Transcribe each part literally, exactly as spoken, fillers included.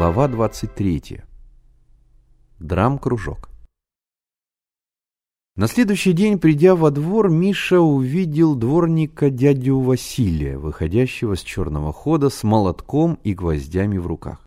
Глава двадцать третья. Драм-кружок. На следующий день, придя во двор, Миша увидел дворника дядю Василия, выходящего с черного хода с молотком и гвоздями в руках.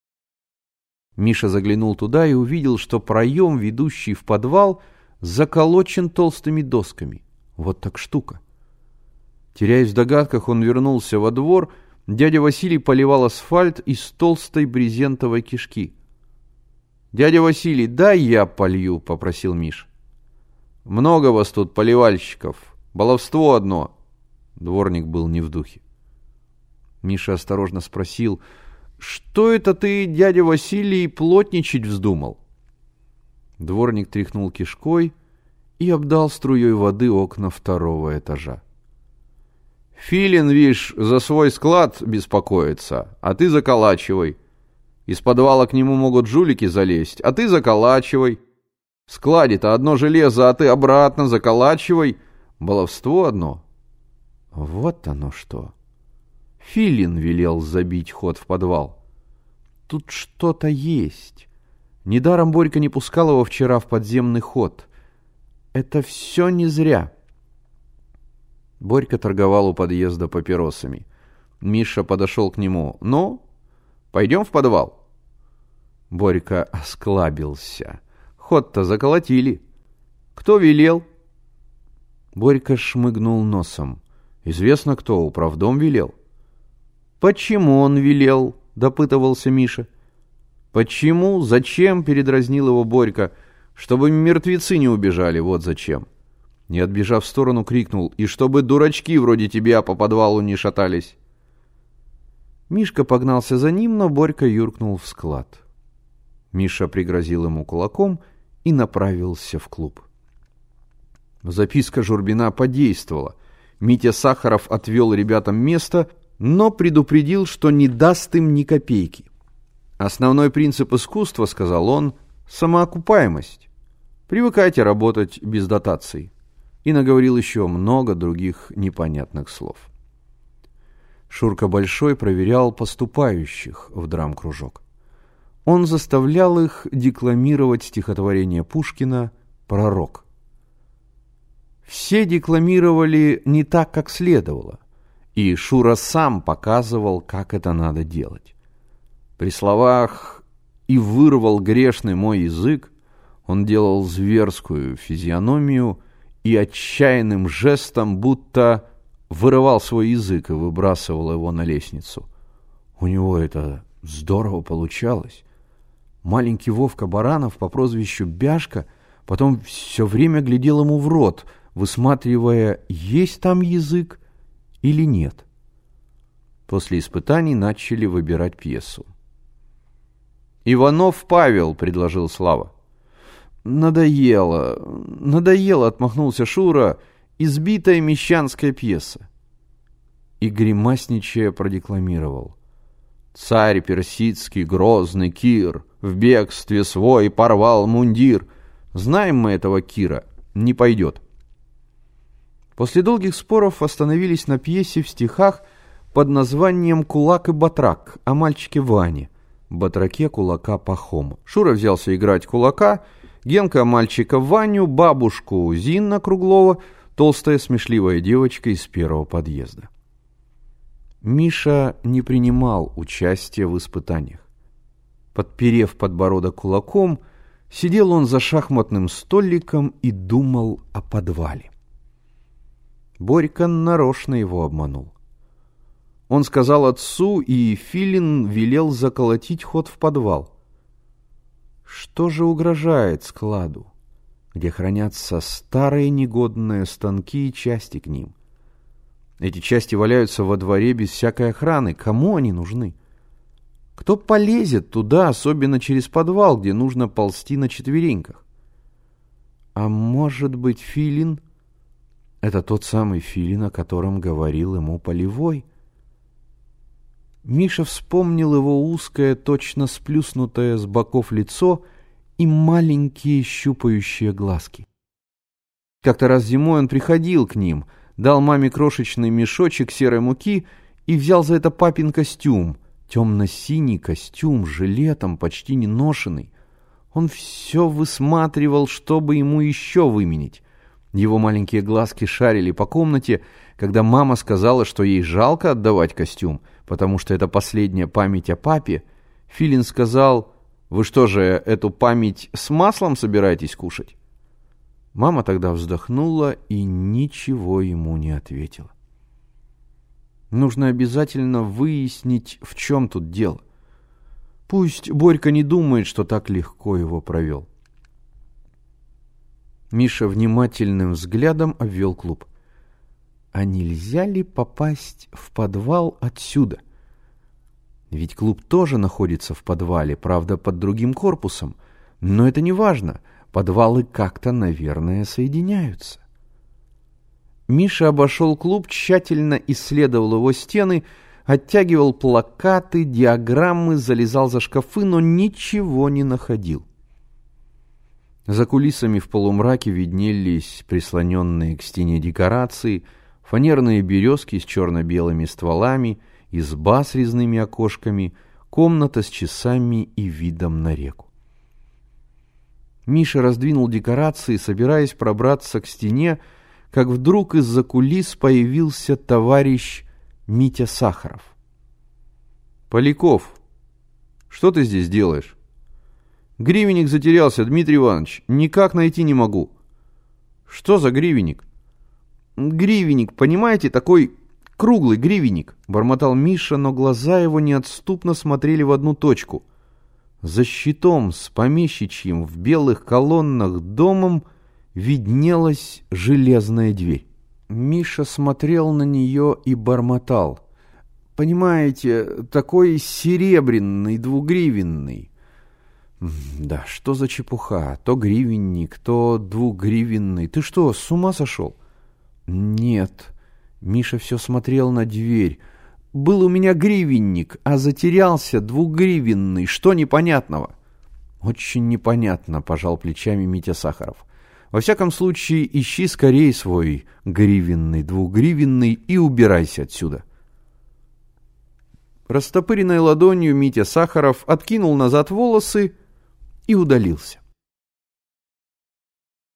Миша заглянул туда и увидел, что проем, ведущий в подвал, заколочен толстыми досками. Вот так штука. Теряясь в догадках, он вернулся во двор. Дядя Василий поливал асфальт из толстой брезентовой кишки. «Дядя Василий, дай я полью», — попросил Миша. «Много вас тут поливальщиков. Баловство одно». Дворник был не в духе. Миша осторожно спросил: «Что это ты, дядя Василий, плотничать вздумал?» Дворник тряхнул кишкой и обдал струей воды окна второго этажа. «Филин, вишь, за свой склад беспокоится, а ты заколачивай. Из подвала к нему могут жулики залезть, а ты заколачивай. В складе-то одно железо, а ты обратно заколачивай. Баловство одно». Вот оно что. Филин велел забить ход в подвал. Тут что-то есть. Недаром Борька не пускал его вчера в подземный ход. Это все не зря. Борька торговал у подъезда папиросами. Миша подошел к нему. «Ну, пойдем в подвал?» Борька осклабился. «Ход-то заколотили. Кто велел?» Борька шмыгнул носом. «Известно кто, управдом велел». «Почему он велел?» — допытывался Миша. «Почему? Зачем?» — передразнил его Борька. «Чтобы мертвецы не убежали, вот зачем». И, отбежав в сторону, крикнул: «И чтобы дурачки вроде тебя по подвалу не шатались!» Мишка погнался за ним, но Борька юркнул в склад. Миша пригрозил ему кулаком и направился в клуб. Записка Журбина подействовала. Митя Сахаров отвел ребятам место, но предупредил, что не даст им ни копейки. «Основной принцип искусства, — сказал он, — самоокупаемость. Привыкайте работать без дотаций». И наговорил еще много других непонятных слов. Шурка Большой проверял поступающих в драм-кружок. Он заставлял их декламировать стихотворение Пушкина «Пророк». Все декламировали не так, как следовало, и Шура сам показывал, как это надо делать. При словах «и вырвал грешный мой язык» он делал зверскую физиономию и отчаянным жестом будто вырывал свой язык и выбрасывал его на лестницу. У него это здорово получалось. Маленький Вовка Баранов по прозвищу Бяшка потом все время глядел ему в рот, высматривая, есть там язык или нет. После испытаний начали выбирать пьесу. «Иванов Павел», — предложил Слава. «Надоело, надоело», — отмахнулся Шура, — «избитая мещанская пьеса». И, гримасничая, продекламировал: «Царь персидский, грозный Кир, в бегстве свой порвал мундир. Знаем мы этого Кира, не пойдет». После долгих споров остановились на пьесе в стихах под названием «Кулак и батрак» о мальчике Ване, батраке кулака Пахома. Шура взялся играть кулака, Генка мальчика Ваню, бабушку Зинна Круглова, толстая смешливая девочка из первого подъезда. Миша не принимал участия в испытаниях. Подперев подбородок кулаком, сидел он за шахматным столиком и думал о подвале. Борька нарочно его обманул. Он сказал отцу, и Филин велел заколотить ход в подвал. Что же угрожает складу, где хранятся старые негодные станки и части к ним? Эти части валяются во дворе без всякой охраны. Кому они нужны? Кто полезет туда, особенно через подвал, где нужно ползти на четвереньках? А может быть, Филин — это тот самый Филин, о котором говорил ему Полевой? Миша вспомнил его узкое, точно сплюснутое с боков лицо и маленькие щупающие глазки. Как-то раз зимой он приходил к ним, дал маме крошечный мешочек серой муки и взял за это папин костюм, Темно-синий костюм с жилетом, почти не ношенный. Он все высматривал, чтобы ему еще выменить. Его маленькие глазки шарили по комнате, когда мама сказала, что ей жалко отдавать костюм, потому что это последняя память о папе. Филин сказал: «Вы что же, эту память с маслом собираетесь кушать?» Мама тогда вздохнула и ничего ему не ответила. Нужно обязательно выяснить, в чем тут дело. Пусть Борька не думает, что так легко его провел. Миша внимательным взглядом обвел клуб. А нельзя ли попасть в подвал отсюда? Ведь клуб тоже находится в подвале, правда, под другим корпусом. Но это не важно. Подвалы как-то, наверное, соединяются. Миша обошел клуб, тщательно исследовал его стены, оттягивал плакаты, диаграммы, залезал за шкафы, но ничего не находил. За кулисами в полумраке виднелись прислоненные к стене декорации, фанерные березки с черно-белыми стволами, изба с резными окошками, комната с часами и видом на реку. Миша раздвинул декорации, собираясь пробраться к стене, как вдруг из-за кулис появился товарищ Митя Сахаров. «Поляков, что ты здесь делаешь?» «Гривенник затерялся, Дмитрий Иванович, никак найти не могу». «Что за гривенник?» «Гривенник, понимаете, такой круглый гривенник», — бормотал Миша, но глаза его неотступно смотрели в одну точку. За щитом с помещичьим в белых колоннах домом виднелась железная дверь. Миша смотрел на нее и бормотал. «Понимаете, такой серебряный, двугривенный». «Да что за чепуха? То гривенник, то двугривенный. Ты что, с ума сошел?» «Нет». Миша все смотрел на дверь. «Был у меня гривенник, а затерялся двугривенный. Что непонятного?» «Очень непонятно», — пожал плечами Митя Сахаров. «Во всяком случае, ищи скорее свой гривенный, двугривенный и убирайся отсюда». Растопыренной ладонью Митя Сахаров откинул назад волосы и удалился.